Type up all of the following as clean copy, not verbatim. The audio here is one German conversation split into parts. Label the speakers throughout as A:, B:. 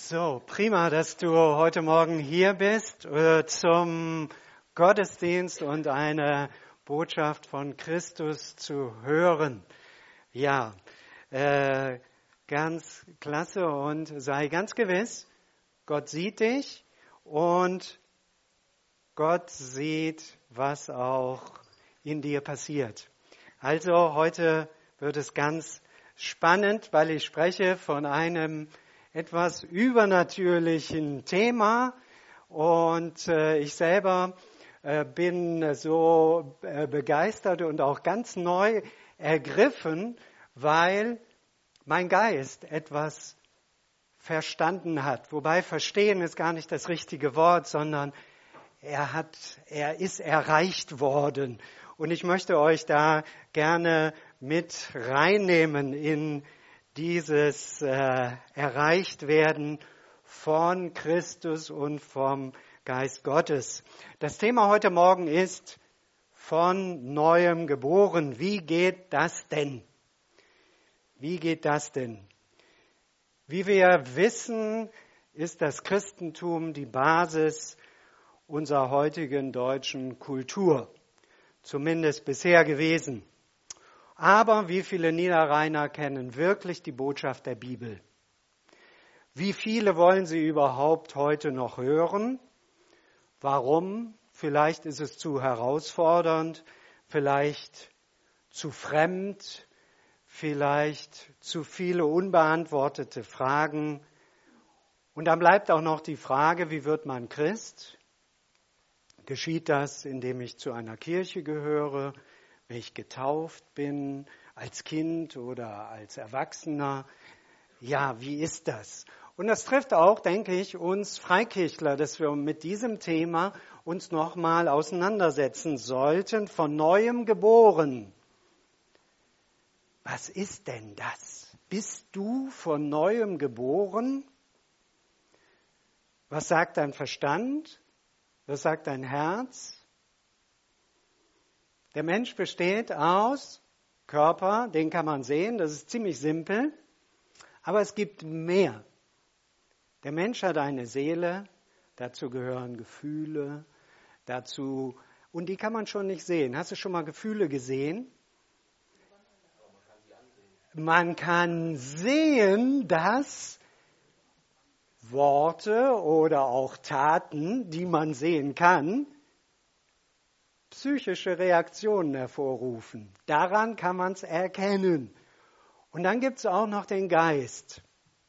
A: So, prima, dass du heute Morgen hier bist zum Gottesdienst und eine Botschaft von Christus zu hören. Ja, ganz klasse und sei ganz gewiss, Gott sieht dich und Gott sieht, was auch in dir passiert. Also heute wird es ganz spannend, weil ich spreche von einem etwas übernatürlichen Thema und ich selber bin so begeistert und auch ganz neu ergriffen, weil mein Geist etwas verstanden hat. Wobei verstehen ist gar nicht das richtige Wort, sondern er ist erreicht worden. Und ich möchte euch da gerne mit reinnehmen in dieses Erreichtwerden von Christus und vom Geist Gottes. Das Thema heute Morgen ist von Neuem geboren. Wie geht das denn? Wie geht das denn? Wie wir wissen, ist das Christentum die Basis unserer heutigen deutschen Kultur. Zumindest bisher gewesen. Aber wie viele Niederrheiner kennen wirklich die Botschaft der Bibel? Wie viele wollen sie überhaupt heute noch hören? Warum? Vielleicht ist es zu herausfordernd, vielleicht zu fremd, vielleicht zu viele unbeantwortete Fragen. Und dann bleibt auch noch die Frage, wie wird man Christ? Geschieht das, indem ich zu einer Kirche gehöre, wenn ich getauft bin, als Kind oder als Erwachsener? Ja, wie ist das? Und das trifft auch, denke ich, uns Freikirchler, dass wir mit diesem Thema uns nochmal auseinandersetzen sollten. Von Neuem geboren. Was ist denn das? Bist du von Neuem geboren? Was sagt dein Verstand? Was sagt dein Herz? Der Mensch besteht aus Körper, den kann man sehen, das ist ziemlich simpel, aber es gibt mehr. Der Mensch hat eine Seele, dazu gehören Gefühle, und die kann man schon nicht sehen. Hast du schon mal Gefühle gesehen? Man kann sehen, dass Worte oder auch Taten, die man sehen kann, psychische Reaktionen hervorrufen. Daran kann man es erkennen. Und dann gibt es auch noch den Geist.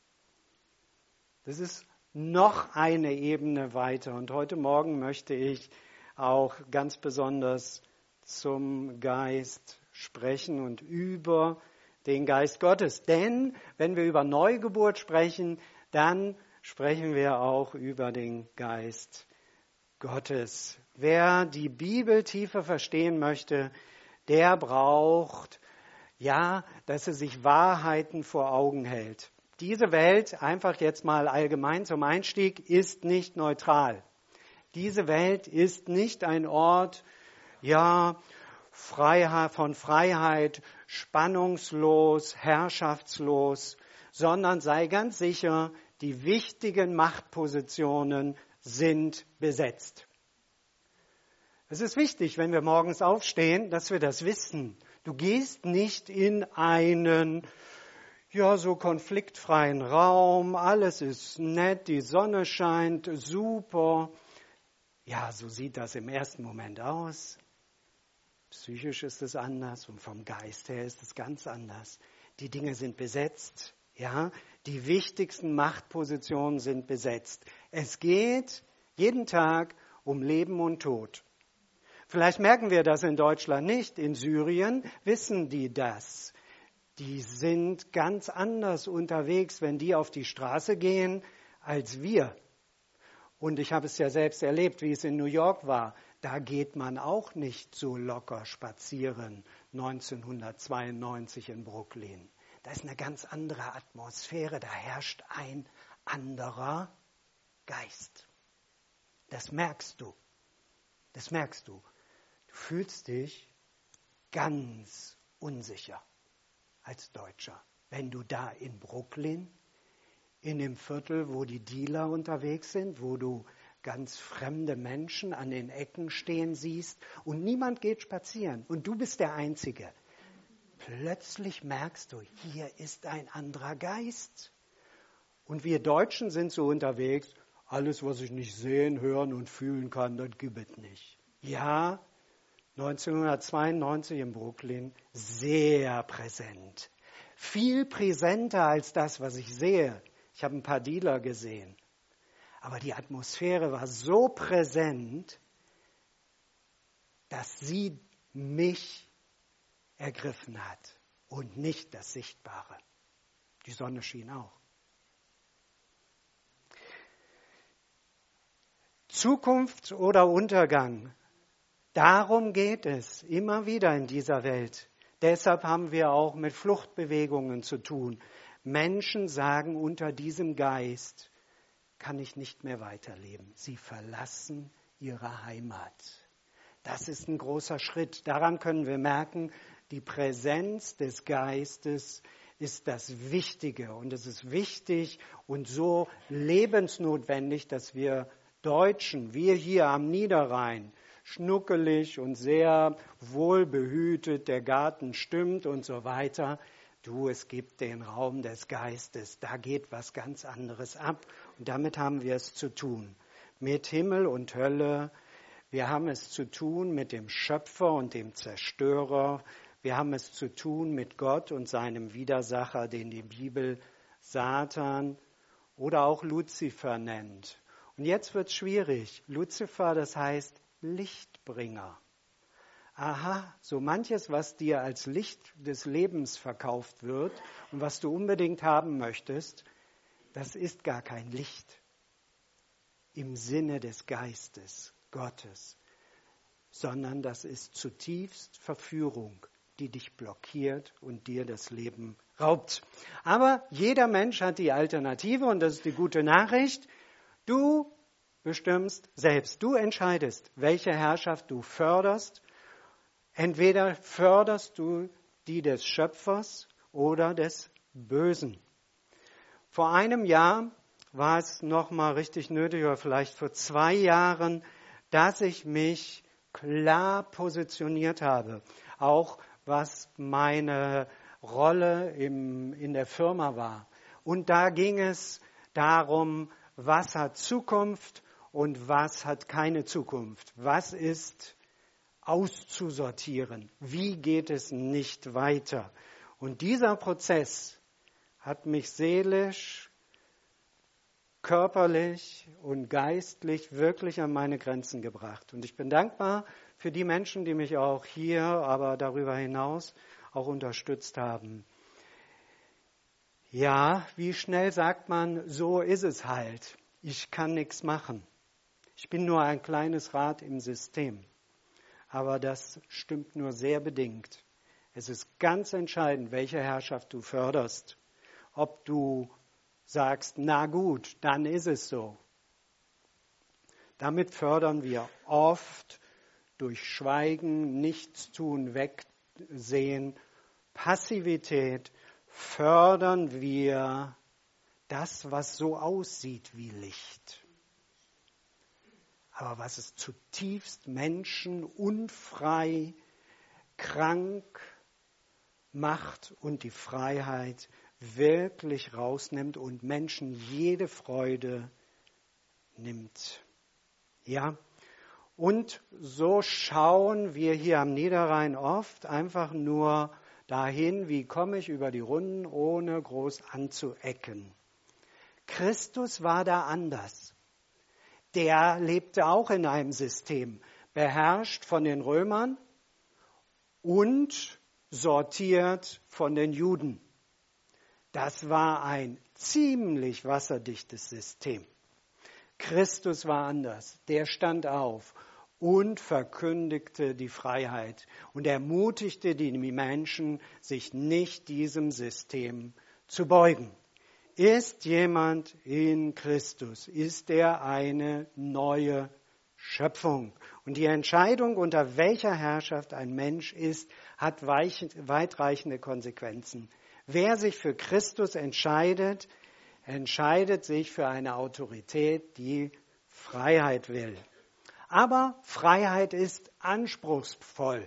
A: Das ist noch eine Ebene weiter. Und heute Morgen möchte ich auch ganz besonders zum Geist sprechen und über den Geist Gottes. Denn wenn wir über Neugeburt sprechen, dann sprechen wir auch über den Geist Gottes. Wer die Bibel tiefer verstehen möchte, der braucht, dass er sich Wahrheiten vor Augen hält. Diese Welt, einfach jetzt mal allgemein zum Einstieg, ist nicht neutral. Diese Welt ist nicht ein Ort, von Freiheit, spannungslos, herrschaftslos, sondern sei ganz sicher, die wichtigen Machtpositionen sind besetzt. Es ist wichtig, wenn wir morgens aufstehen, dass wir das wissen. Du gehst nicht in einen, so konfliktfreien Raum, alles ist nett, die Sonne scheint, super. Ja, so sieht das im ersten Moment aus. Psychisch ist es anders und vom Geist her ist es ganz anders. Die Dinge sind besetzt, die wichtigsten Machtpositionen sind besetzt. Es geht jeden Tag um Leben und Tod. Vielleicht merken wir das in Deutschland nicht. In Syrien wissen die das. Die sind ganz anders unterwegs, wenn die auf die Straße gehen, als wir. Und ich habe es ja selbst erlebt, wie es in New York war. Da geht man auch nicht so locker spazieren, 1992 in Brooklyn. Da ist eine ganz andere Atmosphäre, da herrscht ein anderer Geist. Das merkst du. Das merkst du. Du fühlst dich ganz unsicher als Deutscher, wenn du da in Brooklyn in dem Viertel, wo die Dealer unterwegs sind, wo du ganz fremde Menschen an den Ecken stehen siehst und niemand geht spazieren und du bist der Einzige. Plötzlich merkst du, hier ist ein anderer Geist. Und wir Deutschen sind so unterwegs, alles, was ich nicht sehen, hören und fühlen kann, das gibt es nicht. Ja, 1992 in Brooklyn, sehr präsent. Viel präsenter als das, was ich sehe. Ich habe ein paar Dealer gesehen. Aber die Atmosphäre war so präsent, dass sie mich ergriffen hat und nicht das Sichtbare. Die Sonne schien auch. Zukunft oder Untergang, darum geht es immer wieder in dieser Welt. Deshalb haben wir auch mit Fluchtbewegungen zu tun. Menschen sagen, unter diesem Geist kann ich nicht mehr weiterleben. Sie verlassen ihre Heimat. Das ist ein großer Schritt. Daran können wir merken, die Präsenz des Geistes ist das Wichtige. Und es ist wichtig und so lebensnotwendig, dass wir Deutschen, wir hier am Niederrhein, schnuckelig und sehr wohlbehütet, der Garten stimmt und so weiter. Es gibt den Raum des Geistes, da geht was ganz anderes ab. Und damit haben wir es zu tun. Mit Himmel und Hölle, wir haben es zu tun mit dem Schöpfer und dem Zerstörer. Wir haben es zu tun mit Gott und seinem Widersacher, den die Bibel Satan oder auch Luzifer nennt. Und jetzt wird es schwierig. Luzifer, das heißt Lichtbringer. Aha, so manches, was dir als Licht des Lebens verkauft wird und was du unbedingt haben möchtest, das ist gar kein Licht im Sinne des Geistes Gottes, sondern das ist zutiefst Verführung, die dich blockiert und dir das Leben raubt. Aber jeder Mensch hat die Alternative und das ist die gute Nachricht. Du bestimmst selbst, du entscheidest, welche Herrschaft du förderst. Entweder förderst du die des Schöpfers oder des Bösen. Vor einem Jahr war es nochmal richtig nötig, oder vielleicht vor 2 Jahren, dass ich mich klar positioniert habe. Auch was meine Rolle in der Firma war. Und da ging es darum, was hat Zukunft und was hat keine Zukunft. Was ist auszusortieren? Wie geht es nicht weiter? Und dieser Prozess hat mich seelisch, körperlich und geistlich wirklich an meine Grenzen gebracht. Und ich bin dankbar für die Menschen, die mich auch hier, aber darüber hinaus auch unterstützt haben. Ja, wie schnell sagt man, so ist es halt. Ich kann nichts machen. Ich bin nur ein kleines Rad im System. Aber das stimmt nur sehr bedingt. Es ist ganz entscheidend, welche Herrschaft du förderst. Ob du sagst, na gut, dann ist es so. Damit fördern wir oft durch Schweigen, Nichtstun, Wegsehen, Passivität, fördern wir das, was so aussieht wie Licht. Aber was es zutiefst menschenunfrei, krank macht und die Freiheit wirklich rausnimmt und Menschen jede Freude nimmt. Ja, und so schauen wir hier am Niederrhein oft einfach nur dahin, wie komme ich über die Runden, ohne groß anzuecken. Christus war da anders. Der lebte auch in einem System, beherrscht von den Römern und sortiert von den Juden. Das war ein ziemlich wasserdichtes System. Christus war anders. Der stand auf und verkündigte die Freiheit und ermutigte die Menschen, sich nicht diesem System zu beugen. Ist jemand in Christus, ist er eine neue Schöpfung. Und die Entscheidung, unter welcher Herrschaft ein Mensch ist, hat weitreichende Konsequenzen. Wer sich für Christus entscheidet, entscheidet sich für eine Autorität, die Freiheit will. Aber Freiheit ist anspruchsvoll.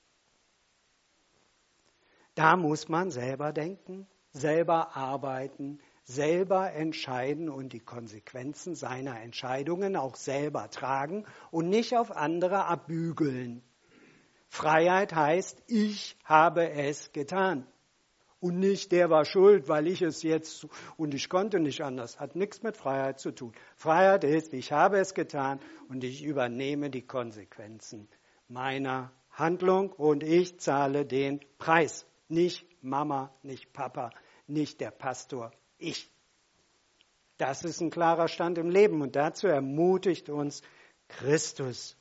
A: Da muss man selber denken, selber arbeiten, selber entscheiden und die Konsequenzen seiner Entscheidungen auch selber tragen und nicht auf andere abbügeln. Freiheit heißt, ich habe es getan. Und nicht, der war schuld, weil ich es jetzt und ich konnte nicht anders. Hat nichts mit Freiheit zu tun. Freiheit ist, ich habe es getan und ich übernehme die Konsequenzen meiner Handlung und ich zahle den Preis. Nicht Mama, nicht Papa, nicht der Pastor, ich. Das ist ein klarer Stand im Leben und dazu ermutigt uns Christus.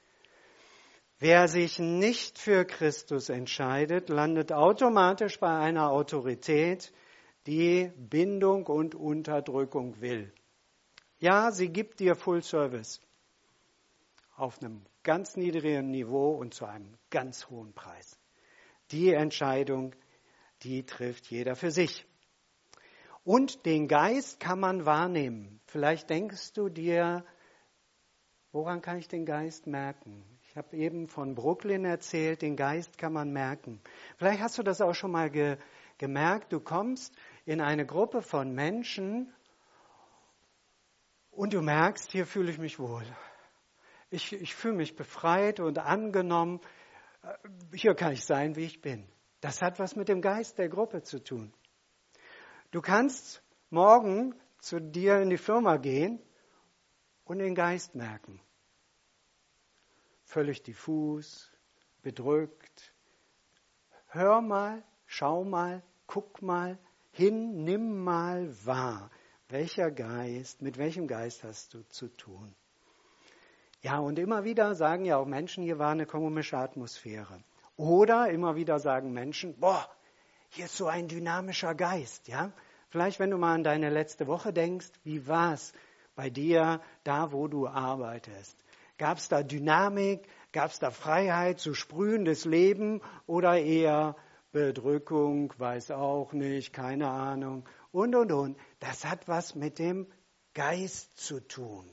A: Wer sich nicht für Christus entscheidet, landet automatisch bei einer Autorität, die Bindung und Unterdrückung will. Ja, sie gibt dir Full Service auf einem ganz niedrigen Niveau und zu einem ganz hohen Preis. Die Entscheidung, die trifft jeder für sich. Und den Geist kann man wahrnehmen. Vielleicht denkst du dir, woran kann ich den Geist merken? Ich habe eben von Brooklyn erzählt, den Geist kann man merken. Vielleicht hast du das auch schon mal gemerkt, du kommst in eine Gruppe von Menschen und du merkst, hier fühle ich mich wohl. Ich fühle mich befreit und angenommen. Hier kann ich sein, wie ich bin. Das hat was mit dem Geist der Gruppe zu tun. Du kannst morgen zu dir in die Firma gehen und den Geist merken. Völlig diffus, bedrückt. Hör mal, schau mal, guck mal hin, nimm mal wahr. Mit welchem Geist hast du zu tun? Ja, und immer wieder sagen ja auch Menschen, hier war eine komische Atmosphäre. Oder immer wieder sagen Menschen, boah, hier ist so ein dynamischer Geist. Ja? Vielleicht, wenn du mal an deine letzte Woche denkst, wie war es bei dir, da wo du arbeitest? Gab es da Dynamik? Gab es da Freiheit, so sprühendes Leben oder eher Bedrückung, weiß auch nicht, keine Ahnung und. Das hat was mit dem Geist zu tun.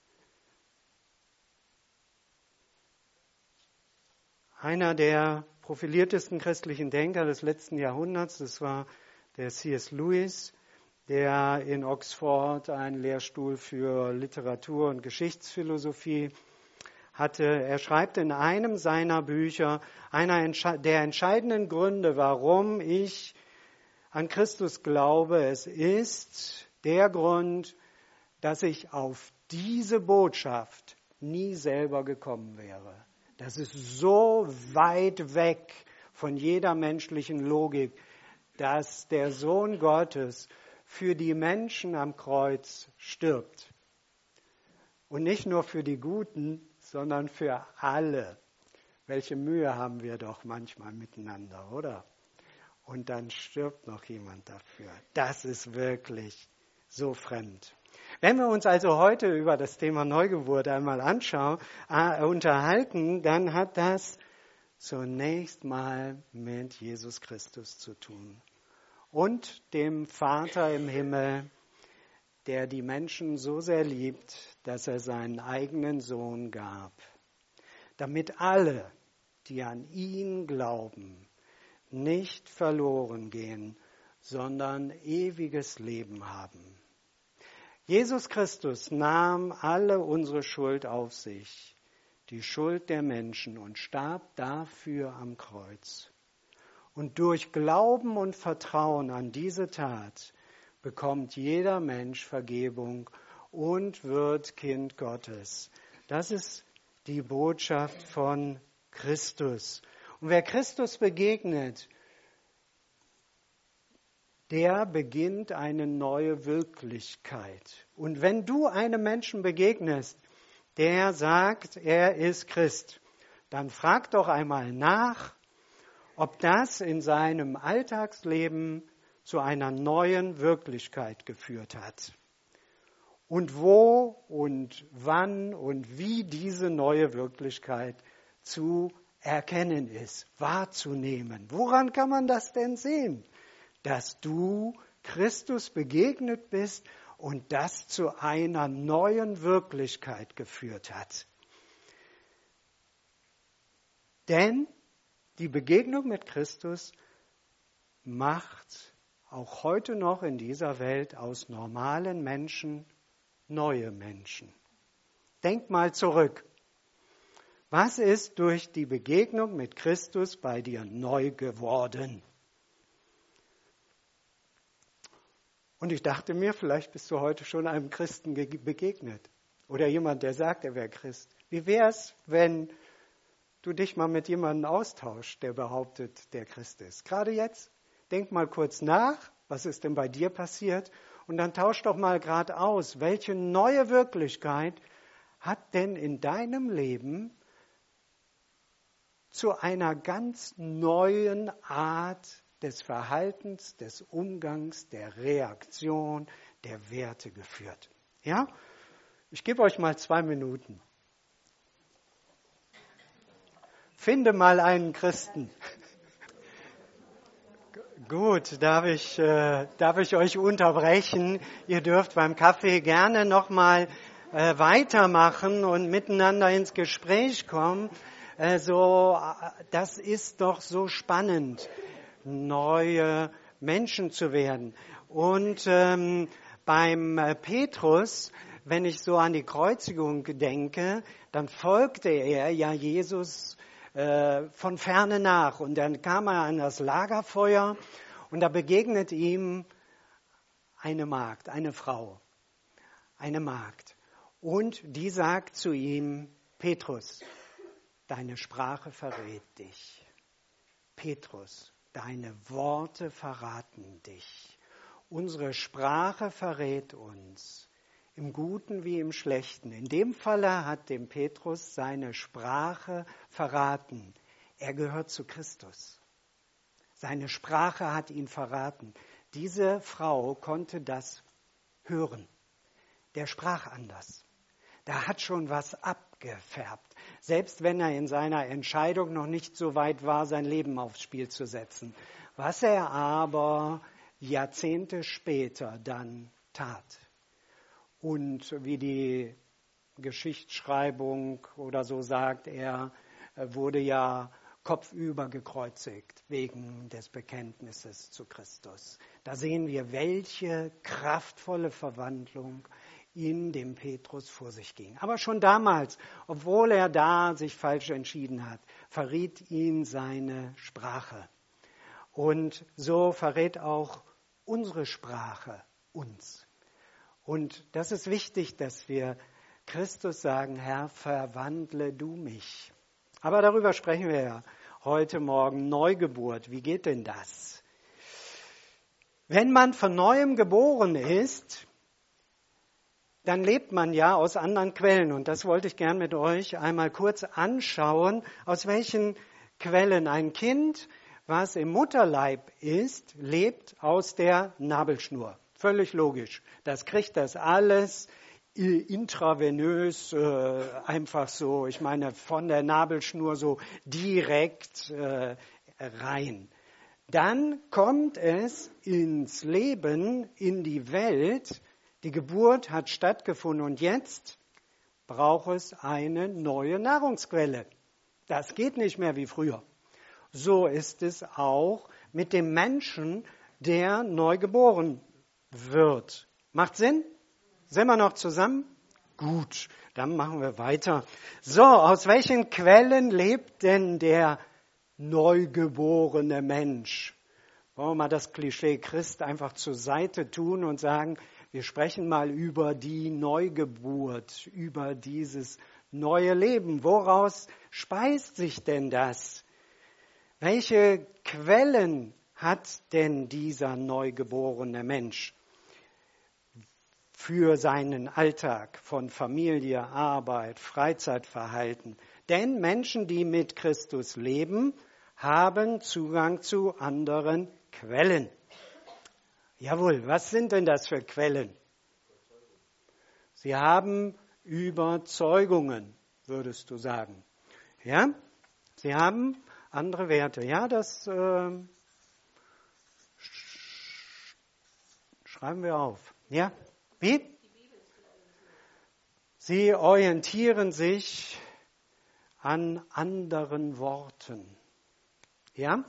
A: Einer der profiliertesten christlichen Denker des letzten Jahrhunderts, das war der C.S. Lewis, der in Oxford einen Lehrstuhl für Literatur und Geschichtsphilosophie hatte. Er schreibt in einem seiner Bücher, einer der entscheidenden Gründe, warum ich an Christus glaube, es ist der Grund, dass ich auf diese Botschaft nie selber gekommen wäre. Das ist so weit weg von jeder menschlichen Logik, dass der Sohn Gottes für die Menschen am Kreuz stirbt. Und nicht nur für die Guten, sondern für alle. Welche Mühe haben wir doch manchmal miteinander, oder? Und dann stirbt noch jemand dafür. Das ist wirklich so fremd. Wenn wir uns also heute über das Thema Neugeburt einmal unterhalten, dann hat das zunächst mal mit Jesus Christus zu tun und dem Vater im Himmel, der die Menschen so sehr liebt, dass er seinen eigenen Sohn gab, damit alle, die an ihn glauben, nicht verloren gehen, sondern ewiges Leben haben. Jesus Christus nahm alle unsere Schuld auf sich, die Schuld der Menschen, und starb dafür am Kreuz. Und durch Glauben und Vertrauen an diese Tat bekommt jeder Mensch Vergebung und wird Kind Gottes. Das ist die Botschaft von Christus. Und wer Christus begegnet, der beginnt eine neue Wirklichkeit. Und wenn du einem Menschen begegnest, der sagt, er ist Christ, dann frag doch einmal nach, ob das in seinem Alltagsleben zu einer neuen Wirklichkeit geführt hat. Und wo und wann und wie diese neue Wirklichkeit zu erkennen ist, wahrzunehmen. Woran kann man das denn sehen? Dass du Christus begegnet bist und das zu einer neuen Wirklichkeit geführt hat. Denn die Begegnung mit Christus macht auch heute noch in dieser Welt aus normalen Menschen neue Menschen. Denk mal zurück. Was ist durch die Begegnung mit Christus bei dir neu geworden? Und ich dachte mir, vielleicht bist du heute schon einem Christen begegnet. Oder jemand, der sagt, er wäre Christ. Wie wäre es, wenn du dich mal mit jemandem austauschst, der behauptet, der Christ ist? Gerade jetzt, denk mal kurz nach, was ist denn bei dir passiert? Und dann tausch doch mal gerade aus, welche neue Wirklichkeit hat denn in deinem Leben zu einer ganz neuen Art des Verhaltens, des Umgangs, der Reaktion, der Werte geführt. Ja? Ich gebe euch mal 2 Minuten. Finde mal einen Christen. Gut, darf ich euch unterbrechen? Ihr dürft beim Kaffee gerne nochmal weitermachen und miteinander ins Gespräch kommen. Das ist doch so spannend, neue Menschen zu werden. Und beim Petrus, wenn ich so an die Kreuzigung denke, dann folgte er ja Jesus von ferne nach. Und dann kam er an das Lagerfeuer und da begegnet ihm eine Magd, eine Frau, eine Magd. Und die sagt zu ihm, Petrus, deine Sprache verrät dich. Petrus, deine Worte verraten dich. Unsere Sprache verrät uns, im Guten wie im Schlechten. In dem Falle hat dem Petrus seine Sprache verraten. Er gehört zu Christus. Seine Sprache hat ihn verraten. Diese Frau konnte das hören. Der sprach anders. Da hat schon was abgefärbt. Selbst wenn er in seiner Entscheidung noch nicht so weit war, sein Leben aufs Spiel zu setzen. Was er aber Jahrzehnte später dann tat. Und wie die Geschichtsschreibung oder so sagt, er wurde ja kopfüber gekreuzigt wegen des Bekenntnisses zu Christus. Da sehen wir, welche kraftvolle Verwandlung in dem Petrus vor sich ging. Aber schon damals, obwohl er da sich falsch entschieden hat, verriet ihn seine Sprache. Und so verrät auch unsere Sprache uns. Und das ist wichtig, dass wir Christus sagen, Herr, verwandle du mich. Aber darüber sprechen wir ja heute Morgen. Neugeburt, wie geht denn das? Wenn man von Neuem geboren ist, dann lebt man ja aus anderen Quellen. Und das wollte ich gern mit euch einmal kurz anschauen. Aus welchen Quellen? Ein Kind, was im Mutterleib ist, lebt aus der Nabelschnur. Völlig logisch. Das kriegt das alles intravenös, einfach so, ich meine von der Nabelschnur so direkt rein. Dann kommt es ins Leben, in die Welt. Die Geburt hat stattgefunden und jetzt braucht es eine neue Nahrungsquelle. Das geht nicht mehr wie früher. So ist es auch mit dem Menschen, der neu geboren wird. Macht Sinn? Sind wir noch zusammen? Gut, dann machen wir weiter. So, aus welchen Quellen lebt denn der neugeborene Mensch? Wollen wir mal das Klischee Christ einfach zur Seite tun und sagen, wir sprechen mal über die Neugeburt, über dieses neue Leben. Woraus speist sich denn das? Welche Quellen hat denn dieser neugeborene Mensch für seinen Alltag von Familie, Arbeit, Freizeitverhalten? Denn Menschen, die mit Christus leben, haben Zugang zu anderen Quellen. Jawohl, was sind denn das für Quellen? Sie haben Überzeugungen, würdest du sagen. Ja? Sie haben andere Werte. Ja, das Schreiben wir auf. Ja? Wie? Sie orientieren sich an anderen Worten. Ja?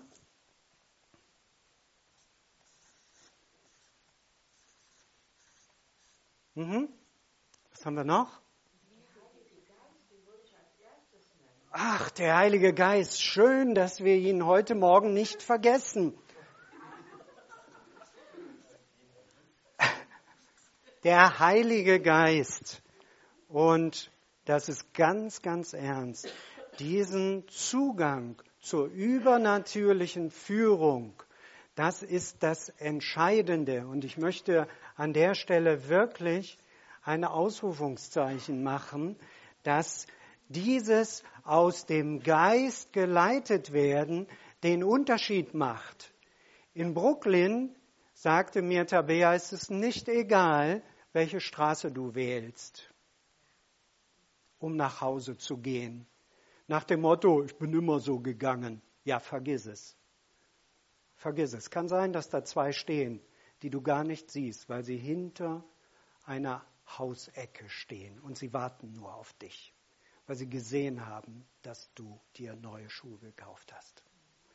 A: Was haben wir noch? Ach, der Heilige Geist. Schön, dass wir ihn heute Morgen nicht vergessen. Der Heilige Geist. Und das ist ganz, ganz ernst. Diesen Zugang zur übernatürlichen Führung, das ist das Entscheidende. Und ich möchte an der Stelle wirklich ein Ausrufungszeichen machen, dass dieses aus dem Geist geleitet werden den Unterschied macht. In Brooklyn sagte mir Tabea, es ist nicht egal, welche Straße du wählst, um nach Hause zu gehen. Nach dem Motto, ich bin immer so gegangen. Ja, vergiss es. Vergiss es. Kann sein, dass da zwei stehen, die du gar nicht siehst, weil sie hinter einer Hausecke stehen und sie warten nur auf dich, weil sie gesehen haben, dass du dir neue Schuhe gekauft hast.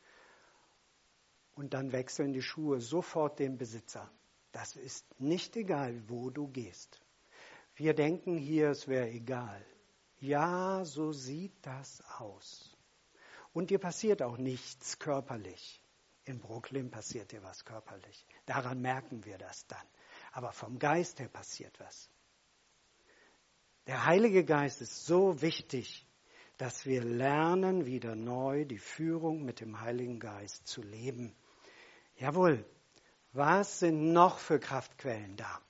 A: Und dann wechseln die Schuhe sofort den Besitzer. Das ist nicht egal, wo du gehst. Wir denken hier, es wäre egal. Ja, so sieht das aus. Und dir passiert auch nichts körperlich. In Brooklyn passiert dir was körperlich. Daran merken wir das dann. Aber vom Geist her passiert was. Der Heilige Geist ist so wichtig, dass wir lernen, wieder neu die Führung mit dem Heiligen Geist zu leben. Jawohl, was sind noch für Kraftquellen da?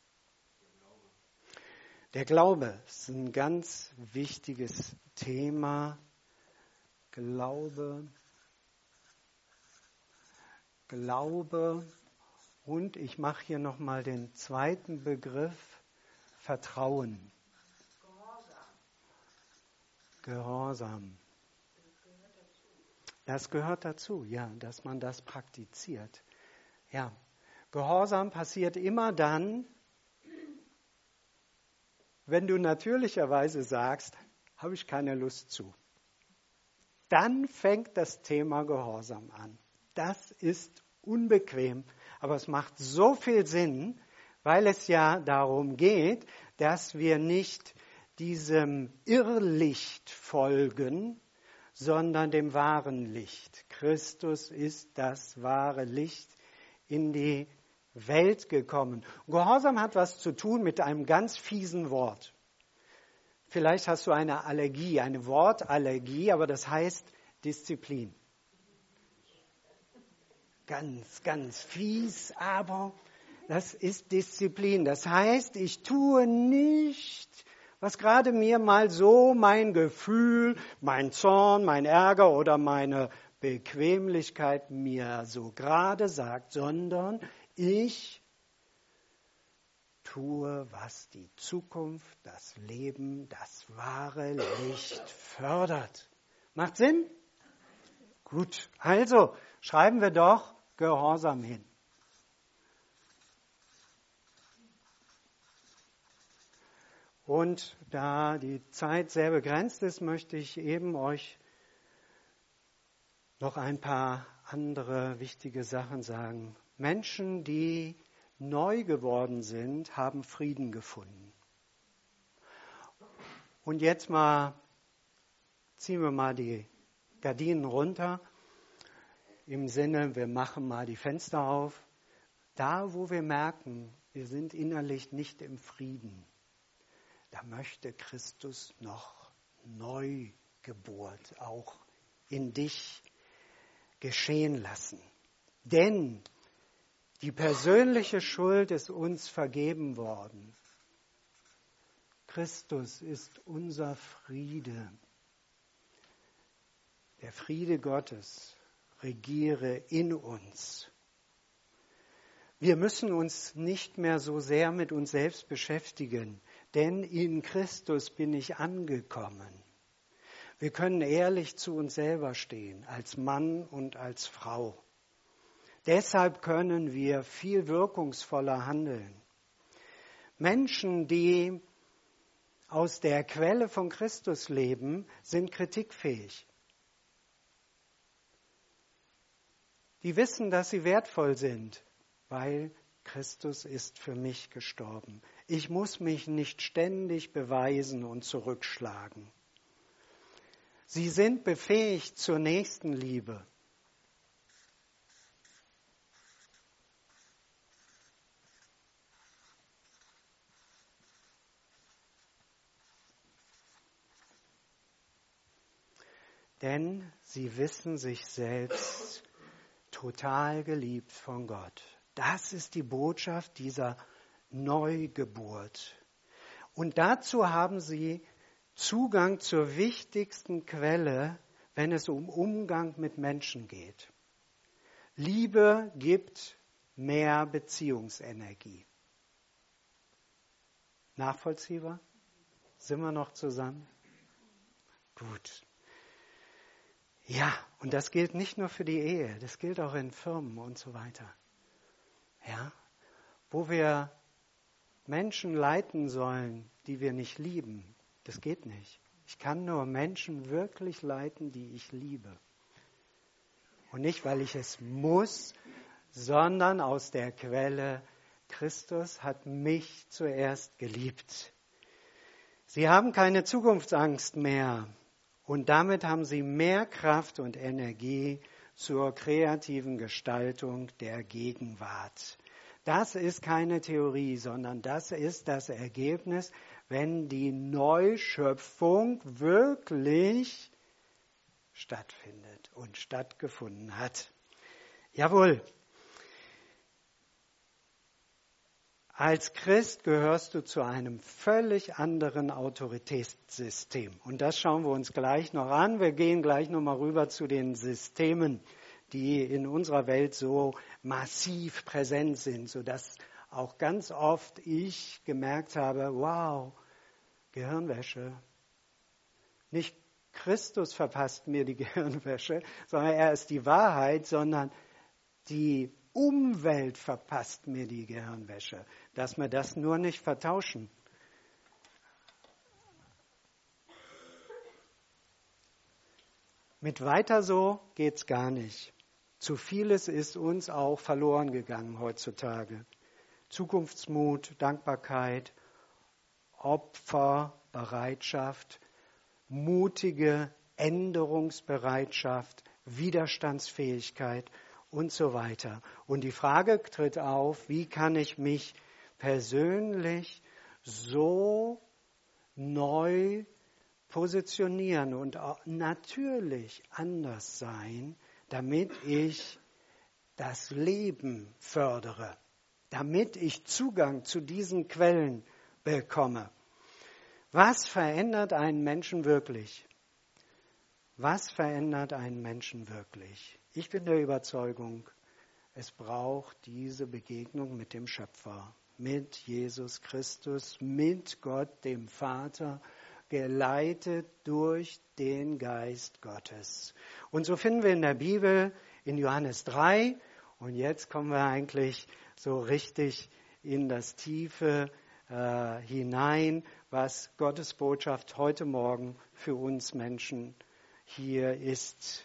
A: Der Glaube ist ein ganz wichtiges Thema. Glaube und ich mache hier nochmal den zweiten Begriff, Vertrauen. Gehorsam. Das gehört dazu, ja, dass man das praktiziert. Ja, Gehorsam passiert immer dann, wenn du natürlicherweise sagst, habe ich keine Lust zu. Dann fängt das Thema Gehorsam an. Das ist unbequem, aber es macht so viel Sinn, weil es ja darum geht, dass wir nicht diesem Irrlicht folgen, sondern dem wahren Licht. Christus ist das wahre Licht in die Welt gekommen. Gehorsam hat was zu tun mit einem ganz fiesen Wort. Vielleicht hast du eine Allergie, eine Wortallergie, aber das heißt Disziplin. Ganz, ganz fies, aber das ist Disziplin. Das heißt, ich tue nicht, was gerade mir mal so mein Gefühl, mein Zorn, mein Ärger oder meine Bequemlichkeit mir so gerade sagt, sondern ich tue, was die Zukunft, das Leben, das wahre Licht fördert. Macht Sinn? Gut, also schreiben wir doch Gehorsam hin. Und da die Zeit sehr begrenzt ist, möchte ich eben euch noch ein paar andere wichtige Sachen sagen. Menschen, die neu geworden sind, haben Frieden gefunden. Und jetzt ziehen wir mal die Gardinen runter. Im Sinne, wir machen mal die Fenster auf. Da, wo wir merken, wir sind innerlich nicht im Frieden, da möchte Christus noch Neugeburt auch in dich geschehen lassen. Denn die persönliche Schuld ist uns vergeben worden. Christus ist unser Friede. Der Friede Gottes regiere in uns. Wir müssen uns nicht mehr so sehr mit uns selbst beschäftigen, denn in Christus bin ich angekommen. Wir können ehrlich zu uns selber stehen, als Mann und als Frau. Deshalb können wir viel wirkungsvoller handeln. Menschen, die aus der Quelle von Christus leben, sind kritikfähig. Die wissen, dass sie wertvoll sind, weil Christus ist für mich gestorben. Ich muss mich nicht ständig beweisen und zurückschlagen. Sie sind befähigt zur Nächstenliebe. Denn sie wissen sich selbst total geliebt von Gott. Das ist die Botschaft dieser Neugeburt. Und dazu haben sie Zugang zur wichtigsten Quelle, wenn es um Umgang mit Menschen geht. Liebe gibt mehr Beziehungsenergie. Nachvollziehbar? Sind wir noch zusammen? Gut. Ja, und das gilt nicht nur für die Ehe, das gilt auch in Firmen und so weiter. Ja, wo wir Menschen leiten sollen, die wir nicht lieben, das geht nicht. Ich kann nur Menschen wirklich leiten, die ich liebe. Und nicht, weil ich es muss, sondern aus der Quelle, Christus hat mich zuerst geliebt. Sie haben keine Zukunftsangst mehr. Und damit haben sie mehr Kraft und Energie zur kreativen Gestaltung der Gegenwart. Das ist keine Theorie, sondern das ist das Ergebnis, wenn die Neuschöpfung wirklich stattfindet und stattgefunden hat. Jawohl. Als Christ gehörst du zu einem völlig anderen Autoritätssystem. Und das schauen wir uns gleich noch an. Wir gehen gleich nochmal rüber zu den Systemen, die in unserer Welt so massiv präsent sind, sodass auch ganz oft ich gemerkt habe, wow, Gehirnwäsche. Nicht Christus verpasst mir die Gehirnwäsche, sondern er ist die Wahrheit, sondern die Umwelt verpasst mir die Gehirnwäsche, dass wir das nur nicht vertauschen. Mit weiter so geht's gar nicht. Zu vieles ist uns auch verloren gegangen heutzutage. Zukunftsmut, Dankbarkeit, Opferbereitschaft, mutige Änderungsbereitschaft, Widerstandsfähigkeit und so weiter. Und die Frage tritt auf, wie kann ich mich persönlich so neu positionieren und auch natürlich anders sein, damit ich das Leben fördere, damit ich Zugang zu diesen Quellen bekomme. Was verändert einen Menschen wirklich? Was verändert einen Menschen wirklich? Ich bin der Überzeugung, es braucht diese Begegnung mit dem Schöpfer, mit Jesus Christus, mit Gott, dem Vater, geleitet durch den Geist Gottes. Und so finden wir in der Bibel, in Johannes 3, und jetzt kommen wir eigentlich so richtig in das Tiefe hinein, was Gottes Botschaft heute Morgen für uns Menschen hier ist.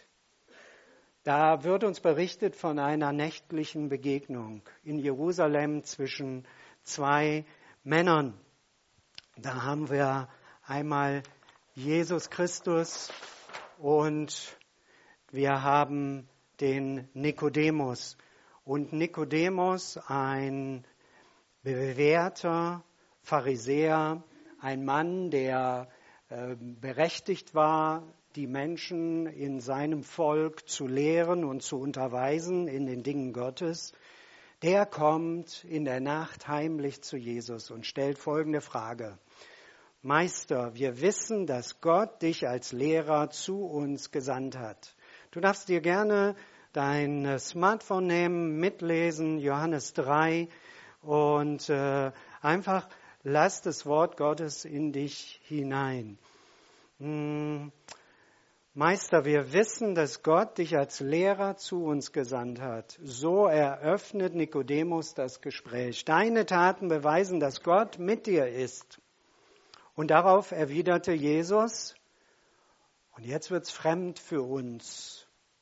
A: Da wird uns berichtet von einer nächtlichen Begegnung in Jerusalem zwischen zwei Männern. Da haben wir einmal Jesus Christus und wir haben den Nikodemus. Und Nikodemus, ein bewährter Pharisäer, ein Mann, der berechtigt war, die Menschen in seinem Volk zu lehren und zu unterweisen in den Dingen Gottes, der kommt in der Nacht heimlich zu Jesus und stellt folgende Frage. Meister, wir wissen, dass Gott dich als Lehrer zu uns gesandt hat. Du darfst dir gerne dein Smartphone nehmen, mitlesen, Johannes 3 und einfach lass das Wort Gottes in dich hinein. Meister, wir wissen, dass Gott dich als Lehrer zu uns gesandt hat. So eröffnet Nikodemus das Gespräch. Deine Taten beweisen, dass Gott mit dir ist. Und darauf erwiderte Jesus, und jetzt wird's fremd für uns.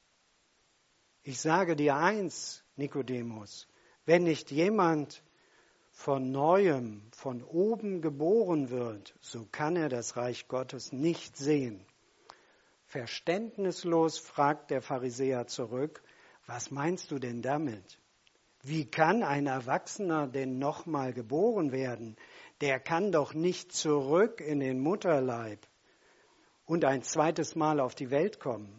A: Ich sage dir eins, Nikodemus, wenn nicht jemand von Neuem, von oben geboren wird, so kann er das Reich Gottes nicht sehen. Verständnislos fragt der Pharisäer zurück, was meinst du denn damit? Wie kann ein Erwachsener denn nochmal geboren werden? Der kann doch nicht zurück in den Mutterleib und ein zweites Mal auf die Welt kommen.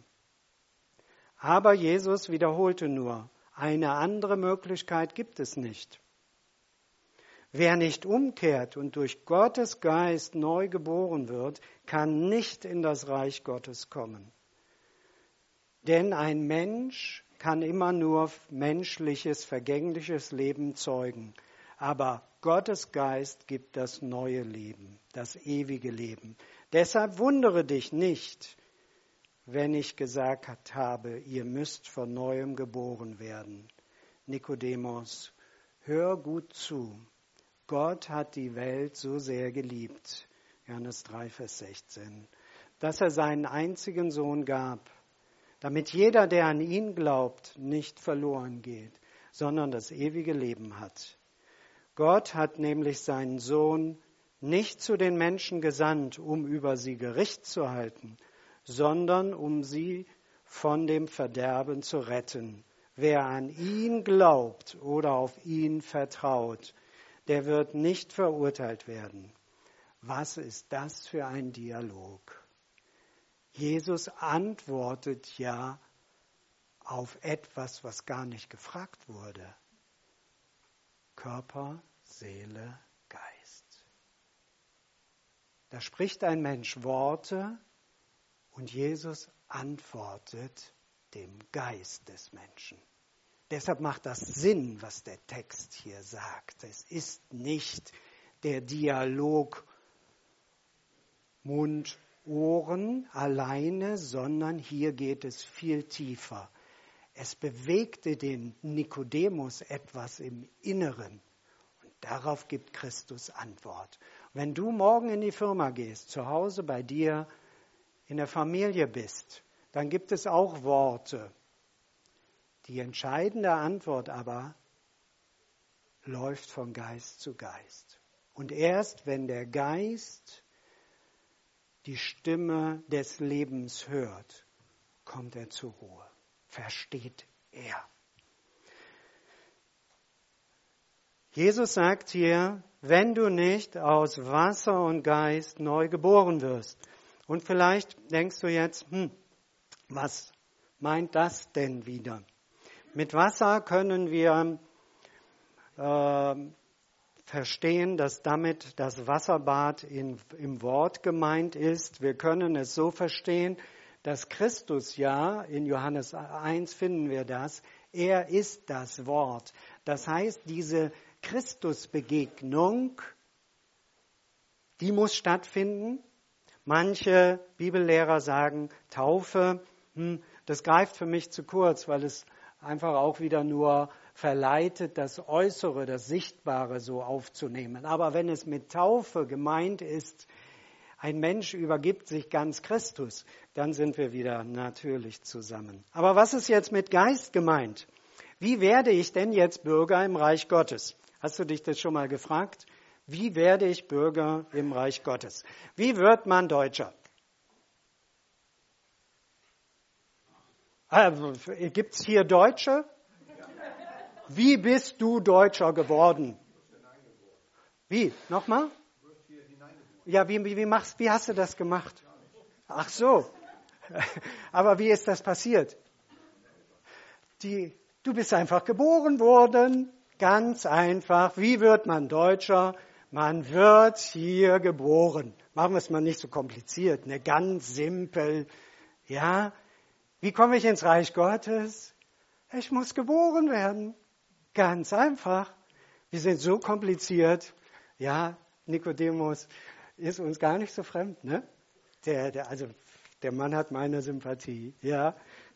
A: Aber Jesus wiederholte nur, eine andere Möglichkeit gibt es nicht. Wer nicht umkehrt und durch Gottes Geist neu geboren wird, kann nicht in das Reich Gottes kommen. Denn ein Mensch kann immer nur menschliches, vergängliches Leben zeugen. Aber Gottes Geist gibt das neue Leben, das ewige Leben. Deshalb wundere dich nicht, wenn ich gesagt habe, ihr müsst von neuem geboren werden. Nikodemus, hör gut zu. Gott hat die Welt so sehr geliebt, Johannes 3, Vers 16, dass er seinen einzigen Sohn gab, damit jeder, der an ihn glaubt, nicht verloren geht, sondern das ewige Leben hat. Gott hat nämlich seinen Sohn nicht zu den Menschen gesandt, um über sie Gericht zu halten, sondern um sie von dem Verderben zu retten. Wer an ihn glaubt oder auf ihn vertraut, der wird nicht verurteilt werden. Was ist das für ein Dialog? Jesus antwortet ja auf etwas, was gar nicht gefragt wurde. Körper, Seele, Geist. Da spricht ein Mensch Worte und Jesus antwortet dem Geist des Menschen. Deshalb macht das Sinn, was der Text hier sagt. Es ist nicht der Dialog Mund, Ohren alleine, sondern hier geht es viel tiefer. Es bewegte den Nikodemus etwas im Inneren und darauf gibt Christus Antwort. Wenn du morgen in die Firma gehst, zu Hause bei dir in der Familie bist, dann gibt es auch Worte. Die entscheidende Antwort aber läuft von Geist zu Geist. Und erst wenn der Geist die Stimme des Lebens hört, kommt er zur Ruhe, versteht er. Jesus sagt hier, wenn du nicht aus Wasser und Geist neu geboren wirst. Und vielleicht denkst du jetzt, was meint das denn wieder? Mit Wasser können wir verstehen, dass damit das Wasserbad im Wort gemeint ist. Wir können es so verstehen, dass Christus ja, in Johannes 1 finden wir das, er ist das Wort. Das heißt, diese Christusbegegnung, die muss stattfinden. Manche Bibellehrer sagen, Taufe, das greift für mich zu kurz, weil es einfach auch wieder nur verleitet, das Äußere, das Sichtbare so aufzunehmen. Aber wenn es mit Taufe gemeint ist, ein Mensch übergibt sich ganz Christus, dann sind wir wieder natürlich zusammen. Aber was ist jetzt mit Geist gemeint? Wie werde ich denn jetzt Bürger im Reich Gottes? Hast du dich das schon mal gefragt? Wie werde ich Bürger im Reich Gottes? Wie wird man Deutscher? Gibt es hier Deutsche? Wie bist du Deutscher geworden? Wie? Nochmal? Ja, wie hast du das gemacht? Ach so. Aber wie ist das passiert? Du bist einfach geboren worden. Ganz einfach. Wie wird man Deutscher? Man wird hier geboren. Machen wir es mal nicht so kompliziert, ne? Ganz simpel. Ja? Wie komme ich ins Reich Gottes? Ich muss geboren werden. Ganz einfach. Wir sind so kompliziert. Ja, Nikodemus ist uns gar nicht so fremd, ne? Also Der Mann hat meine Sympathie. Ja.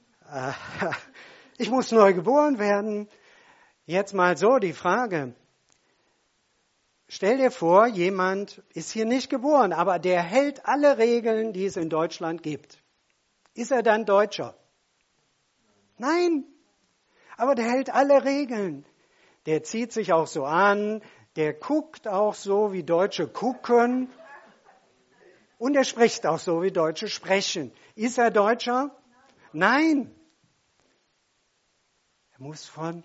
A: Ich muss neu geboren werden. Jetzt mal so die Frage. Stell dir vor, jemand ist hier nicht geboren, aber der hält alle Regeln, die es in Deutschland gibt. Ist er dann Deutscher? Nein. Aber der hält alle Regeln. Der zieht sich auch so an, der guckt auch so, wie Deutsche gucken. Und er spricht auch so, wie Deutsche sprechen. Ist er Deutscher? Nein. Er muss von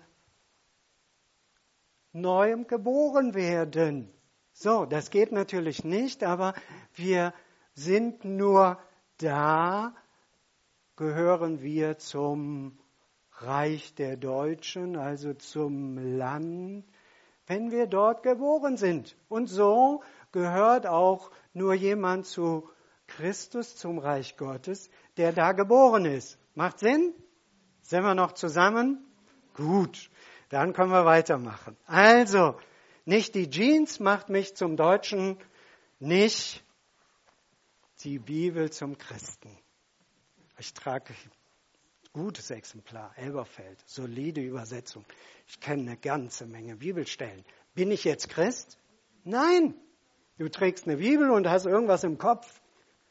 A: Neuem geboren werden. So, das geht natürlich nicht, aber wir sind nur da, gehören wir zum Reich der Deutschen, also zum Land, wenn wir dort geboren sind. Und so gehört auch nur jemand zu Christus, zum Reich Gottes, der da geboren ist. Macht Sinn? Sind wir noch zusammen? Gut, dann können wir weitermachen. Also, nicht die Jeans macht mich zum Deutschen, nicht die Bibel zum Christen. Ich trage ein gutes Exemplar, Elberfeld, solide Übersetzung. Ich kenne eine ganze Menge Bibelstellen. Bin ich jetzt Christ? Nein. Du trägst eine Bibel und hast irgendwas im Kopf.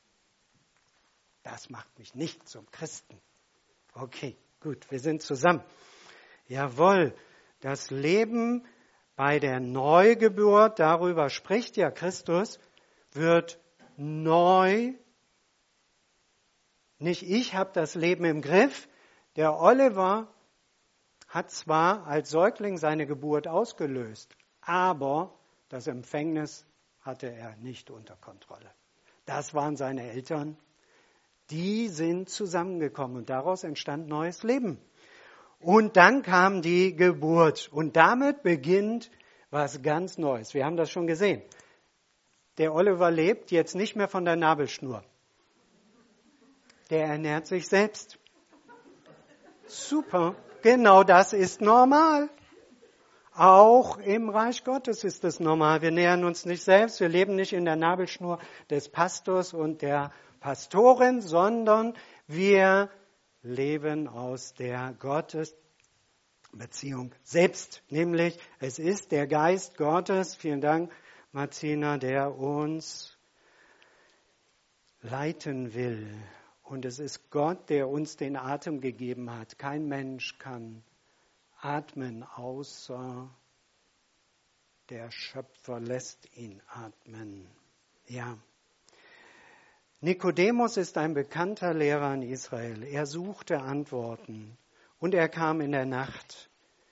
A: Das macht mich nicht zum Christen. Okay, gut, wir sind zusammen. Jawohl, das Leben bei der Neugeburt, darüber spricht ja Christus, wird neu. Nicht ich habe das Leben im Griff. Der Oliver hat zwar als Säugling seine Geburt ausgelöst, aber das Empfängnis hatte er nicht unter Kontrolle. Das waren seine Eltern. Die sind zusammengekommen und daraus entstand neues Leben. Und dann kam die Geburt und damit beginnt was ganz Neues. Wir haben das schon gesehen. Der Oliver lebt jetzt nicht mehr von der Nabelschnur. Der ernährt sich selbst. Super, genau das ist normal. Auch im Reich Gottes ist es normal. Wir nähern uns nicht selbst, wir leben nicht in der Nabelschnur des Pastors und der Pastorin, sondern wir leben aus der Gottesbeziehung selbst. Nämlich, es ist der Geist Gottes, vielen Dank, Martina, der uns leiten will. Und es ist Gott, der uns den Atem gegeben hat. Kein Mensch kann atmen, außer der Schöpfer lässt ihn atmen. Ja. Nikodemus ist ein bekannter Lehrer in Israel. Er suchte Antworten und er kam in der Nacht.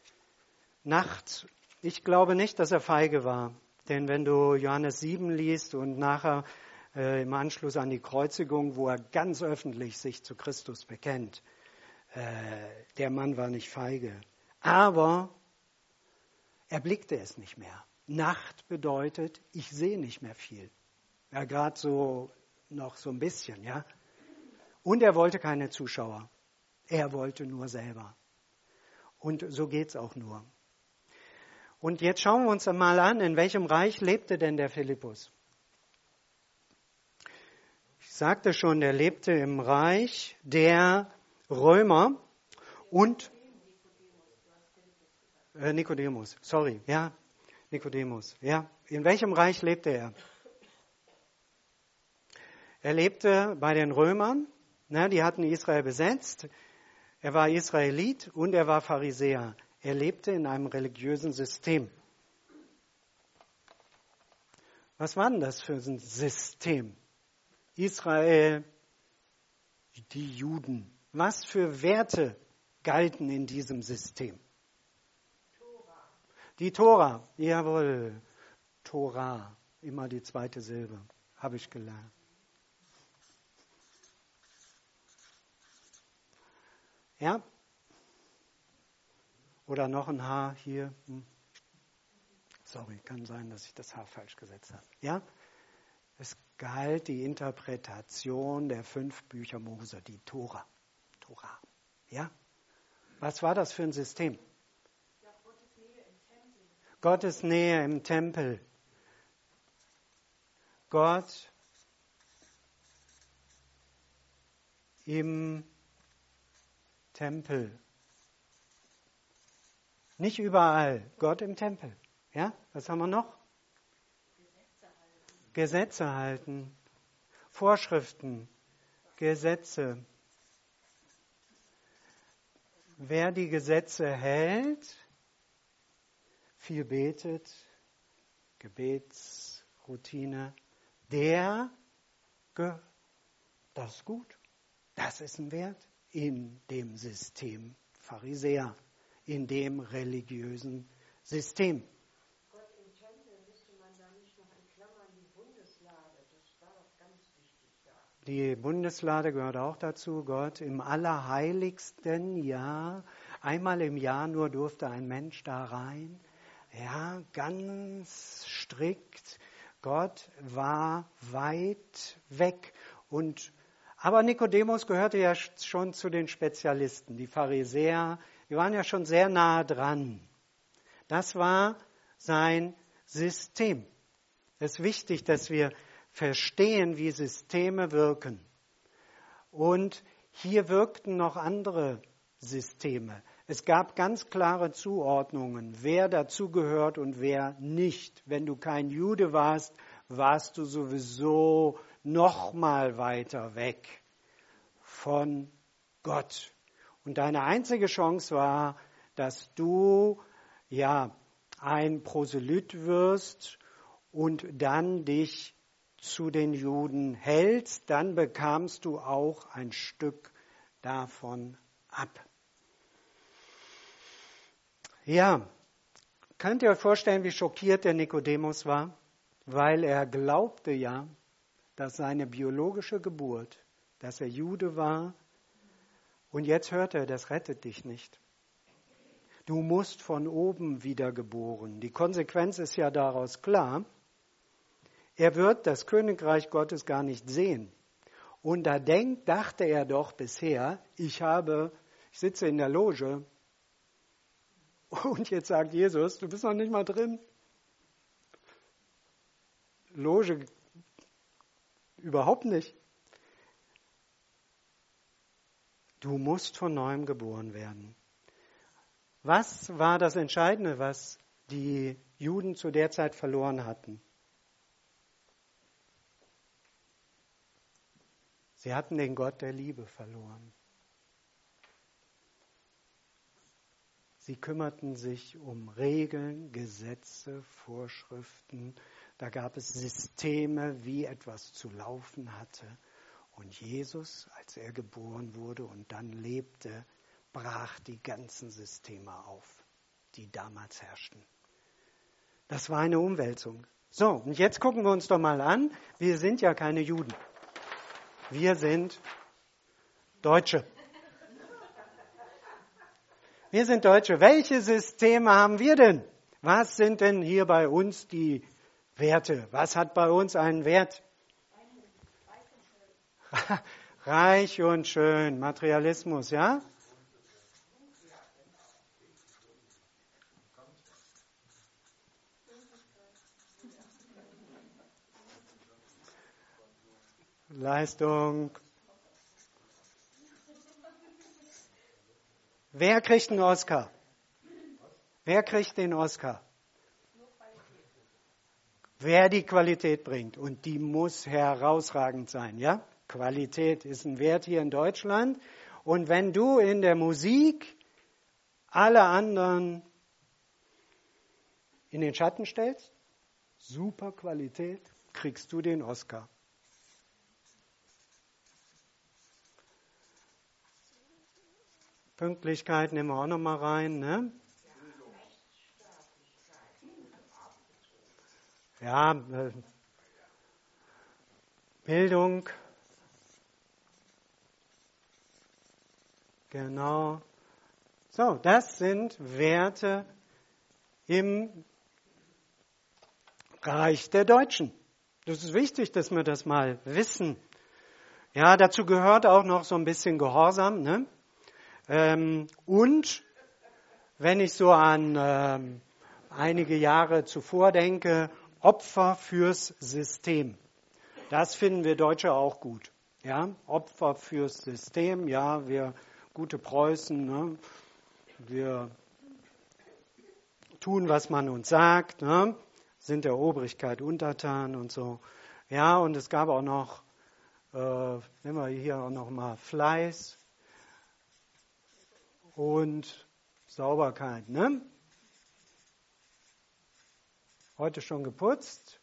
A: Ich glaube nicht, dass er feige war. Denn wenn du Johannes 7 liest und nachher im Anschluss an die Kreuzigung, wo er ganz öffentlich sich zu Christus bekennt, der Mann war nicht feige. Aber er blickte es nicht mehr. Nacht bedeutet, ich sehe nicht mehr viel. Ja, gerade so noch so ein bisschen, ja. Und er wollte keine Zuschauer. Er wollte nur selber. Und so geht's auch nur. Und jetzt schauen wir uns mal an, in welchem Reich lebte denn der Philippus? Ich sagte schon, der lebte im Reich der Römer und Nikodemus, sorry, ja, Nikodemus, ja. In welchem Reich lebte er? Er lebte bei den Römern, die hatten Israel besetzt. Er war Israelit und er war Pharisäer. Er lebte in einem religiösen System. Was war denn das für ein System? Israel, die Juden. Was für Werte galten in diesem System? Die Tora, jawohl, Tora, immer die zweite Silbe, habe ich gelernt. Ja? Oder noch ein Haar hier. Sorry, kann sein, dass ich das Haar falsch gesetzt habe. Ja? Es galt die Interpretation der 5 Bücher Mose, die Tora. Tora. Ja? Was war das für ein System? Gottes Nähe im Tempel. Gott im Tempel. Nicht überall, Gott im Tempel. Ja, was haben wir noch? Gesetze halten, Vorschriften, Gesetze. Wer die Gesetze hält, viel betet, Gebetsroutine, das ist gut. Das ist ein Wert in dem System Pharisäer, in dem religiösen System.
B: Gott im Tempel, müsste man da nicht noch in Klammern die Bundeslade, das war doch ganz wichtig da.
A: Die Bundeslade gehört auch dazu, Gott im Allerheiligsten, ja. Einmal im Jahr nur durfte ein Mensch da rein. Ja, ganz strikt. Gott war weit weg. Aber Nikodemus gehörte ja schon zu den Spezialisten. Die Pharisäer, die waren ja schon sehr nah dran. Das war sein System. Es ist wichtig, dass wir verstehen, wie Systeme wirken. Und hier wirkten noch andere Systeme. Es gab ganz klare Zuordnungen, wer dazugehört und wer nicht. Wenn du kein Jude warst, warst du sowieso noch mal weiter weg von Gott. Und deine einzige Chance war, dass du ein Proselyt wirst und dann dich zu den Juden hältst, dann bekamst du auch ein Stück davon ab. Ja, könnt ihr euch vorstellen, wie schockiert der Nikodemus war? Weil er glaubte ja, dass seine biologische Geburt, dass er Jude war, und jetzt hört er, das rettet dich nicht. Du musst von oben wiedergeboren. Die Konsequenz ist ja daraus klar. Er wird das Königreich Gottes gar nicht sehen. Und da dachte er doch bisher, ich sitze in der Loge und jetzt sagt Jesus, du bist noch nicht mal drin. Loge überhaupt nicht. Du musst von neuem geboren werden. Was war das Entscheidende, was die Juden zu der Zeit verloren hatten? Sie hatten den Gott der Liebe verloren. Sie kümmerten sich um Regeln, Gesetze, Vorschriften. Da gab es Systeme, wie etwas zu laufen hatte. Und Jesus, als er geboren wurde und dann lebte, brach die ganzen Systeme auf, die damals herrschten. Das war eine Umwälzung. So, und jetzt gucken wir uns doch mal an. Wir sind ja keine Juden. Wir sind Deutsche. Wir sind Deutsche. Welche Systeme haben wir denn? Was sind denn hier bei uns die Werte? Was hat bei uns einen Wert? Reich und schön. Materialismus, ja? Leistung. Wer kriegt einen Oscar? Wer kriegt den Oscar? Wer die Qualität bringt. Und die muss herausragend sein, ja? Qualität ist ein Wert hier in Deutschland. Und wenn du in der Musik alle anderen in den Schatten stellst, super Qualität, kriegst du den Oscar. Pünktlichkeit nehmen wir auch noch mal rein, ne? Ja, Bildung. Genau. So, das sind Werte im Reich der Deutschen. Das ist wichtig, dass wir das mal wissen. Ja, dazu gehört auch noch so ein bisschen Gehorsam, ne? Und wenn ich so an einige Jahre zuvor denke, Opfer fürs System. Das finden wir Deutsche auch gut. Ja, Opfer fürs System, ja, wir gute Preußen, ne? Wir tun, was man uns sagt, ne? Sind der Obrigkeit untertan und so. Ja, und es gab auch noch, nehmen wir hier auch noch mal Fleiß und Sauberkeit. Ne? Heute schon geputzt.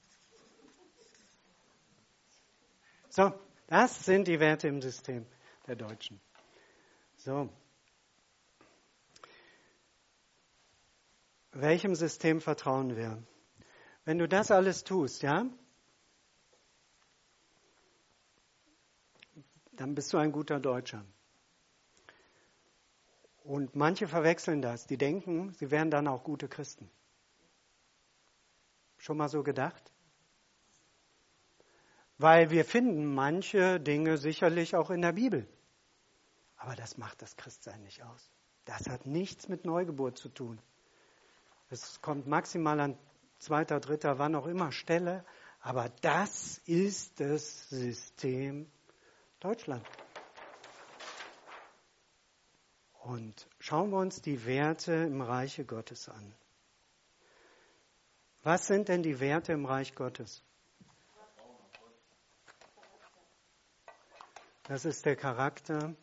A: So, das sind die Werte im System der Deutschen. So. Welchem System vertrauen wir? Wenn du das alles tust, ja, dann bist du ein guter Deutscher. Und manche verwechseln das. Die denken, sie wären dann auch gute Christen. Schon mal so gedacht? Weil wir finden manche Dinge sicherlich auch in der Bibel. Aber das macht das Christsein nicht aus. Das hat nichts mit Neugeburt zu tun. Es kommt maximal an 2., 3., wann auch immer Stelle. Aber das ist das System Deutschland. Und schauen wir uns die Werte im Reiche Gottes an. Was sind denn die Werte im Reich Gottes? Das ist der Charakter.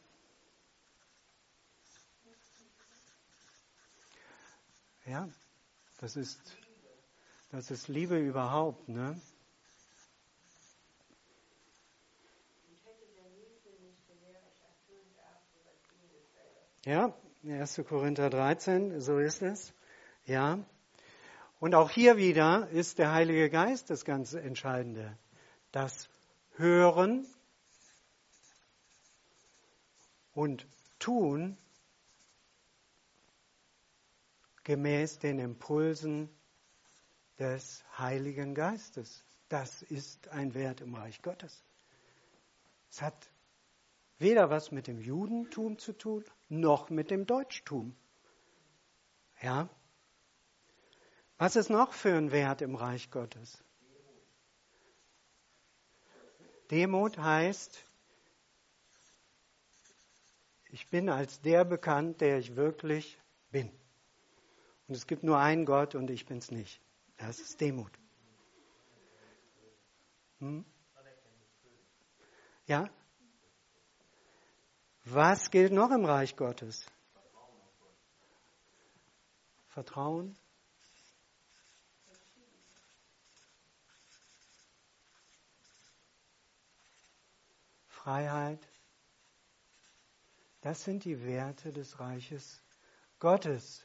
A: Ja, das ist Liebe überhaupt, ne? Ja, 1. Korinther 13, so ist es. Ja. Und auch hier wieder ist der Heilige Geist das ganz Entscheidende. Das Hören und Tun gemäß den Impulsen des Heiligen Geistes. Das ist ein Wert im Reich Gottes. Es hat weder was mit dem Judentum zu tun, noch mit dem Deutschtum. Ja? Was ist noch für ein Wert im Reich Gottes? Demut heißt, ich bin als der bekannt, der ich wirklich bin. Und es gibt nur einen Gott und ich bin's nicht. Das ist Demut. Ja? Was gilt noch im Reich Gottes? Vertrauen. Freiheit. Das sind die Werte des Reiches Gottes.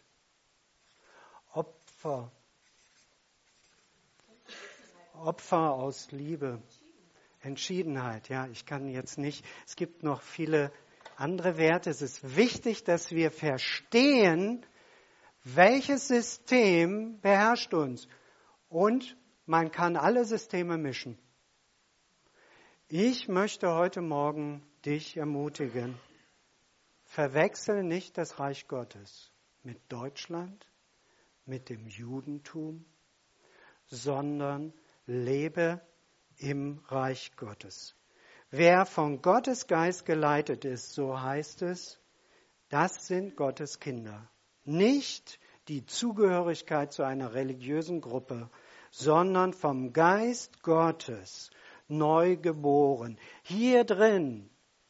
A: Opfer aus Liebe. Entschiedenheit. Ja, ich kann jetzt nicht. Es gibt noch viele andere Werte. Es ist wichtig, dass wir verstehen, welches System beherrscht uns. Und man kann alle Systeme mischen. Ich möchte heute Morgen dich ermutigen, verwechsel nicht das Reich Gottes mit Deutschland, mit dem Judentum, sondern lebe im Reich Gottes. Wer von Gottes Geist geleitet ist, so heißt es, das sind Gottes Kinder. Nicht die Zugehörigkeit zu einer religiösen Gruppe, sondern vom Geist Gottes neu geboren. Hier drin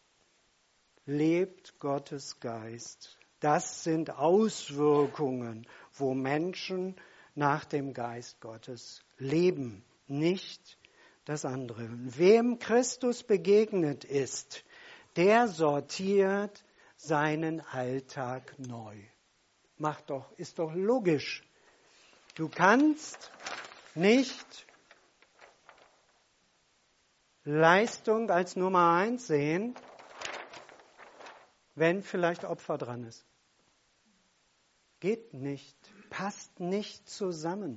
A: lebt Gottes Geist. Das sind Auswirkungen, wo Menschen nach dem Geist Gottes leben, nicht das andere. Wem Christus begegnet ist, der sortiert seinen Alltag neu. Ist doch logisch. Du kannst nicht Leistung als Nummer 1 sehen, wenn vielleicht Opfer dran ist. Geht nicht, passt nicht zusammen.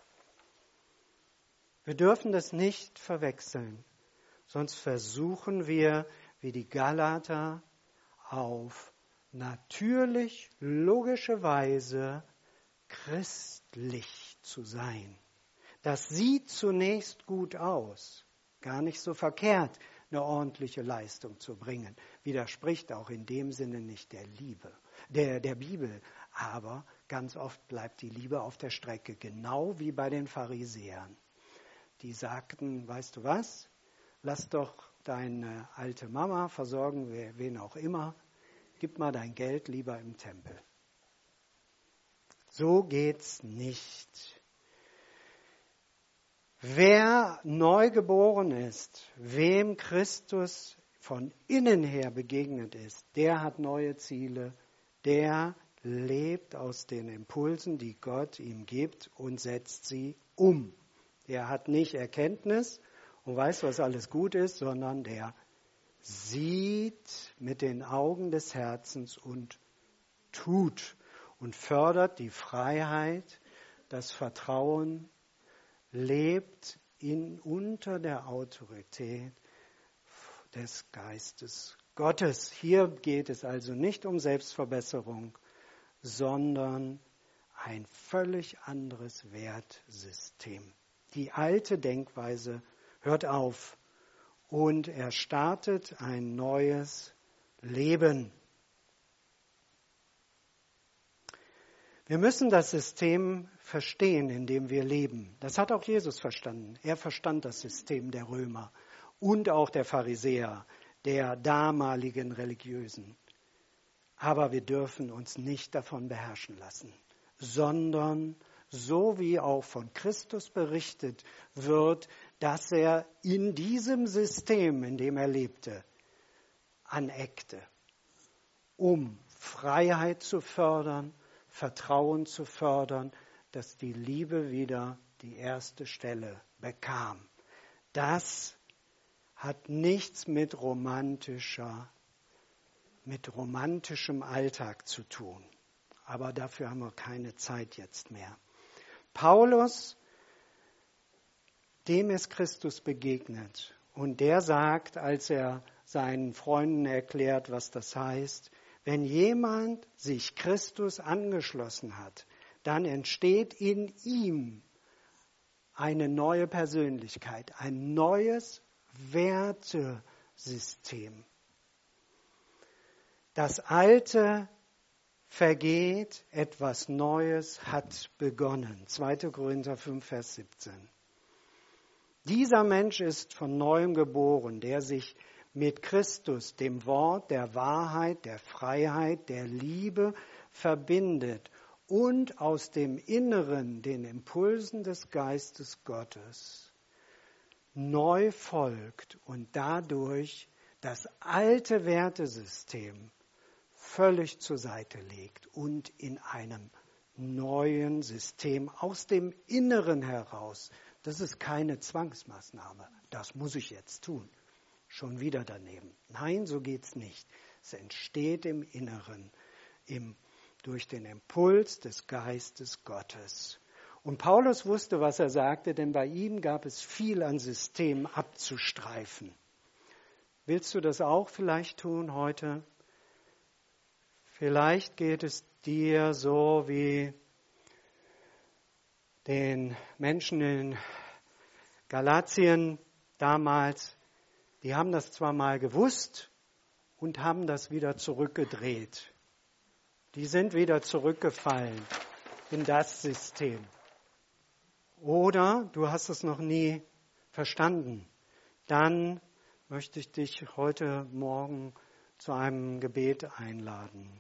A: Wir dürfen das nicht verwechseln, sonst versuchen wir, wie die Galater, auf natürlich logische Weise christlich zu sein. Das sieht zunächst gut aus, gar nicht so verkehrt, eine ordentliche Leistung zu bringen. Widerspricht auch in dem Sinne nicht der Bibel. Aber ganz oft bleibt die Liebe auf der Strecke, genau wie bei den Pharisäern. Die sagten, weißt du was, lass doch deine alte Mama versorgen, wen auch immer, gib mal dein Geld lieber im Tempel. So geht's nicht. Wer neu geboren ist, wem Christus von innen her begegnet ist, der hat neue Ziele, der lebt aus den Impulsen, die Gott ihm gibt und setzt sie um. Der hat nicht Erkenntnis und weiß, was alles gut ist, sondern der sieht mit den Augen des Herzens und tut und fördert die Freiheit, das Vertrauen, lebt unter der Autorität des Geistes Gottes. Hier geht es also nicht um Selbstverbesserung, sondern ein völlig anderes Wertsystem. Die alte Denkweise hört auf und er startet ein neues Leben. Wir müssen das System verstehen, in dem wir leben. Das hat auch Jesus verstanden. Er verstand das System der Römer und auch der Pharisäer, der damaligen Religiösen. Aber wir dürfen uns nicht davon beherrschen lassen, sondern so wie auch von Christus berichtet wird, dass er in diesem System, in dem er lebte, aneckte, um Freiheit zu fördern, Vertrauen zu fördern, dass die Liebe wieder die erste Stelle bekam. Das hat nichts mit romantischem Alltag zu tun. Aber dafür haben wir keine Zeit jetzt mehr. Paulus, dem ist Christus begegnet. Und der sagt, als er seinen Freunden erklärt, was das heißt, wenn jemand sich Christus angeschlossen hat, dann entsteht in ihm eine neue Persönlichkeit, ein neues Wertesystem. Das Alte vergeht, etwas Neues hat begonnen. 2. Korinther 5, Vers 17. Dieser Mensch ist von neuem geboren, der sich mit Christus, dem Wort der Wahrheit, der Freiheit, der Liebe verbindet und aus dem Inneren den Impulsen des Geistes Gottes neu folgt und dadurch das alte Wertesystem völlig zur Seite legt und in einem neuen System aus dem Inneren heraus, das ist keine Zwangsmaßnahme, das muss ich jetzt tun, schon wieder daneben. Nein, so geht's nicht. Es entsteht im Inneren, durch den Impuls des Geistes Gottes. Und Paulus wusste, was er sagte, denn bei ihm gab es viel an System abzustreifen. Willst du das auch vielleicht tun heute? Vielleicht geht es dir so wie den Menschen in Galatien damals. Die haben das zwar mal gewusst und haben das wieder zurückgedreht. Die sind wieder zurückgefallen in das System. Oder du hast es noch nie verstanden. Dann möchte ich dich heute Morgen zu einem Gebet einladen.